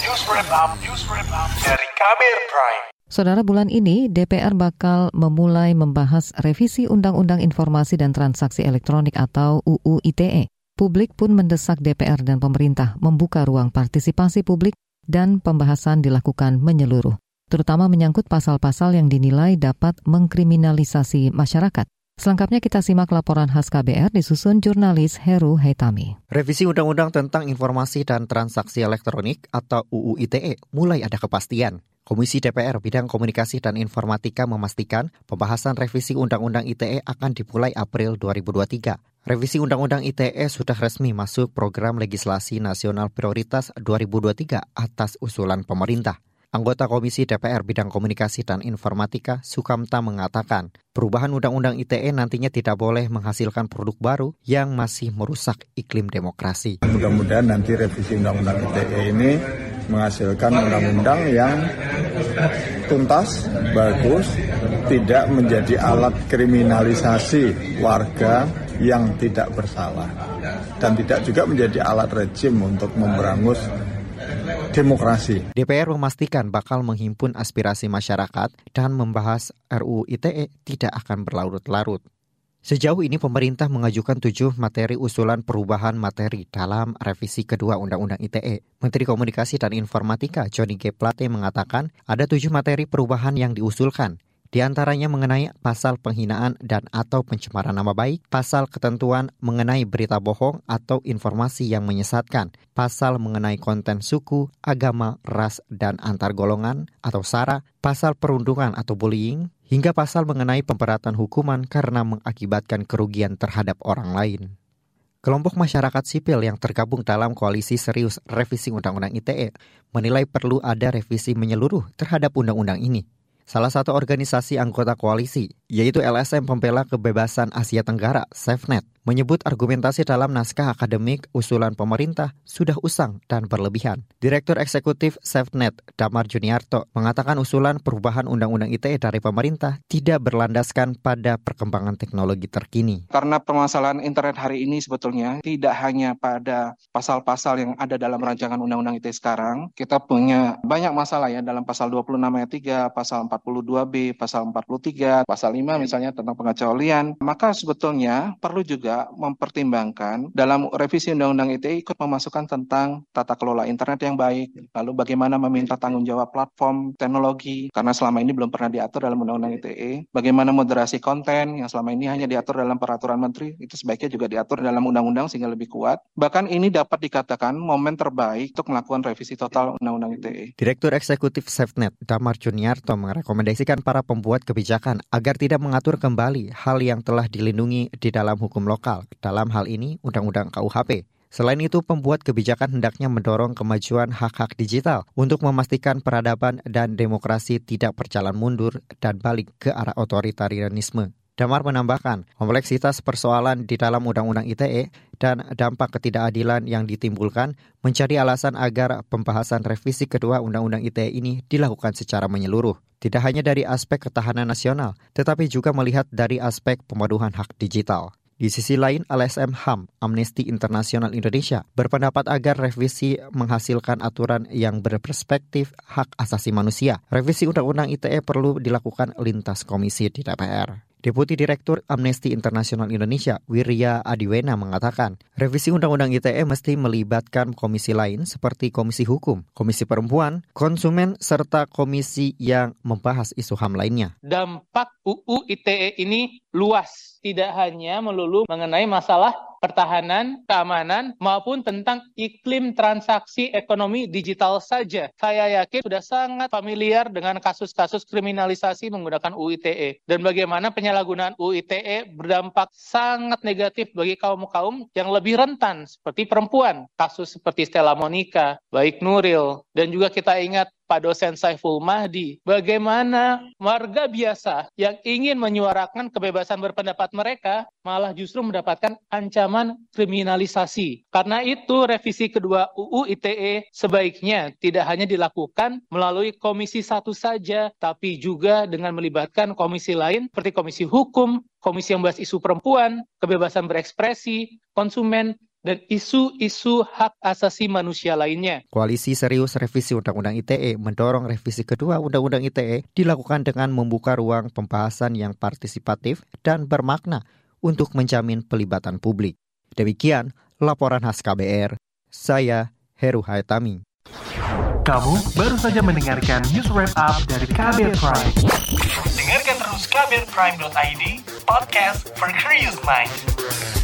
News Wrap Up dari Kamer Prime. Saudara, bulan ini DPR bakal memulai membahas revisi Undang-Undang Informasi dan Transaksi Elektronik atau UU ITE. Publik pun mendesak DPR dan pemerintah membuka ruang partisipasi publik dan pembahasan dilakukan menyeluruh, terutama menyangkut pasal-pasal yang dinilai dapat mengkriminalisasi masyarakat. Selengkapnya kita simak laporan khas KBR disusun jurnalis Heru Haitami. Revisi Undang-Undang tentang Informasi dan Transaksi Elektronik atau UU ITE mulai ada kepastian. Komisi DPR Bidang Komunikasi dan Informatika memastikan pembahasan revisi Undang-Undang ITE akan dimulai April 2023. Revisi Undang-Undang ITE sudah resmi masuk Program Legislasi Nasional Prioritas 2023 atas usulan pemerintah. Anggota Komisi DPR Bidang Komunikasi dan Informatika, Sukamta, mengatakan perubahan Undang-Undang ITE nantinya tidak boleh menghasilkan produk baru yang masih merusak iklim demokrasi. Mudah-mudahan nanti revisi Undang-Undang ITE ini menghasilkan undang-undang yang tuntas, bagus, tidak menjadi alat kriminalisasi warga yang tidak bersalah, dan tidak juga menjadi alat rejim untuk memberangus demokrasi. DPR memastikan bakal menghimpun aspirasi masyarakat dan membahas RUU ITE tidak akan berlarut-larut. Sejauh ini pemerintah mengajukan 7 materi usulan perubahan materi dalam revisi kedua Undang-Undang ITE. Menteri Komunikasi dan Informatika Johnny G. Plate mengatakan ada 7 materi perubahan yang diusulkan. Di antaranya mengenai pasal penghinaan dan atau pencemaran nama baik, pasal ketentuan mengenai berita bohong atau informasi yang menyesatkan, pasal mengenai konten suku, agama, ras, dan antar golongan atau SARA, pasal perundungan atau bullying, hingga pasal mengenai pemberatan hukuman karena mengakibatkan kerugian terhadap orang lain. Kelompok masyarakat sipil yang tergabung dalam koalisi serius revisi Undang-Undang ITE menilai perlu ada revisi menyeluruh terhadap undang-undang ini. Salah satu organisasi anggota koalisi, yaitu LSM Pembela Kebebasan Asia Tenggara, SafeNet, menyebut argumentasi dalam naskah akademik usulan pemerintah sudah usang dan berlebihan. Direktur Eksekutif SafeNet, Damar Juniarto, mengatakan usulan perubahan Undang-Undang ITE dari pemerintah tidak berlandaskan pada perkembangan teknologi terkini. Karena permasalahan internet hari ini sebetulnya tidak hanya pada pasal-pasal yang ada dalam rancangan Undang-Undang ITE sekarang, kita punya banyak masalah ya dalam pasal 26 ayat 3, pasal 42B, pasal 43, pasal 5 misalnya tentang pengecualian. Maka sebetulnya perlu juga mempertimbangkan dalam revisi Undang-Undang ITE ikut memasukkan tentang tata kelola internet yang baik, lalu bagaimana meminta tanggung jawab platform teknologi, karena selama ini belum pernah diatur dalam Undang-Undang ITE, bagaimana moderasi konten yang selama ini hanya diatur dalam peraturan menteri, itu sebaiknya juga diatur dalam undang-undang sehingga lebih kuat. Bahkan ini dapat dikatakan momen terbaik untuk melakukan revisi total Undang-Undang ITE. Direktur Eksekutif SafeNet, Damar Juniarto, merekomendasikan para pembuat kebijakan agar tidak mengatur kembali hal yang telah dilindungi di dalam hukum lokal. Dalam hal ini, Undang-Undang KUHP. Selain itu, pembuat kebijakan hendaknya mendorong kemajuan hak-hak digital untuk memastikan peradaban dan demokrasi tidak berjalan mundur dan balik ke arah otoritarianisme. Damar menambahkan, kompleksitas persoalan di dalam Undang-Undang ITE dan dampak ketidakadilan yang ditimbulkan menjadi alasan agar pembahasan revisi kedua Undang-Undang ITE ini dilakukan secara menyeluruh. Tidak hanya dari aspek ketahanan nasional, tetapi juga melihat dari aspek pemenuhan hak digital. Di sisi lain, LSM HAM, Amnesty International Indonesia, berpendapat agar revisi menghasilkan aturan yang berperspektif hak asasi manusia. Revisi Undang-Undang ITE perlu dilakukan lintas komisi di DPR. Deputi Direktur Amnesty International Indonesia, Wirya Adiwena, mengatakan, revisi Undang-Undang ITE mesti melibatkan komisi lain seperti Komisi Hukum, Komisi Perempuan, Konsumen, serta komisi yang membahas isu HAM lainnya. Dampak UU ITE ini luas, tidak hanya melulu mengenai masalah pertahanan, keamanan, maupun tentang iklim transaksi ekonomi digital saja. Saya yakin sudah sangat familiar dengan kasus-kasus kriminalisasi menggunakan UU ITE dan bagaimana penyalahgunaan UU ITE berdampak sangat negatif bagi kaum-kaum yang lebih rentan seperti perempuan. Kasus seperti Stella Monica, Baik Nuril, dan juga kita ingat Pak dosen Saiful Mahdi, bagaimana warga biasa yang ingin menyuarakan kebebasan berpendapat mereka malah justru mendapatkan ancaman kriminalisasi. Karena itu revisi kedua UU ITE sebaiknya tidak hanya dilakukan melalui Komisi 1 saja, tapi juga dengan melibatkan komisi lain seperti Komisi Hukum, komisi yang membahas isu perempuan, kebebasan berekspresi, konsumen, dan isu-isu hak asasi manusia lainnya. Koalisi Serius Revisi Undang-Undang ITE mendorong revisi kedua Undang-Undang ITE dilakukan dengan membuka ruang pembahasan yang partisipatif dan bermakna untuk menjamin pelibatan publik. Demikian laporan khas KBR, saya Heru Haitami. Kamu baru saja mendengarkan news wrap up dari KBR Prime. Dengarkan terus kbrprime.id, podcast for curious mind.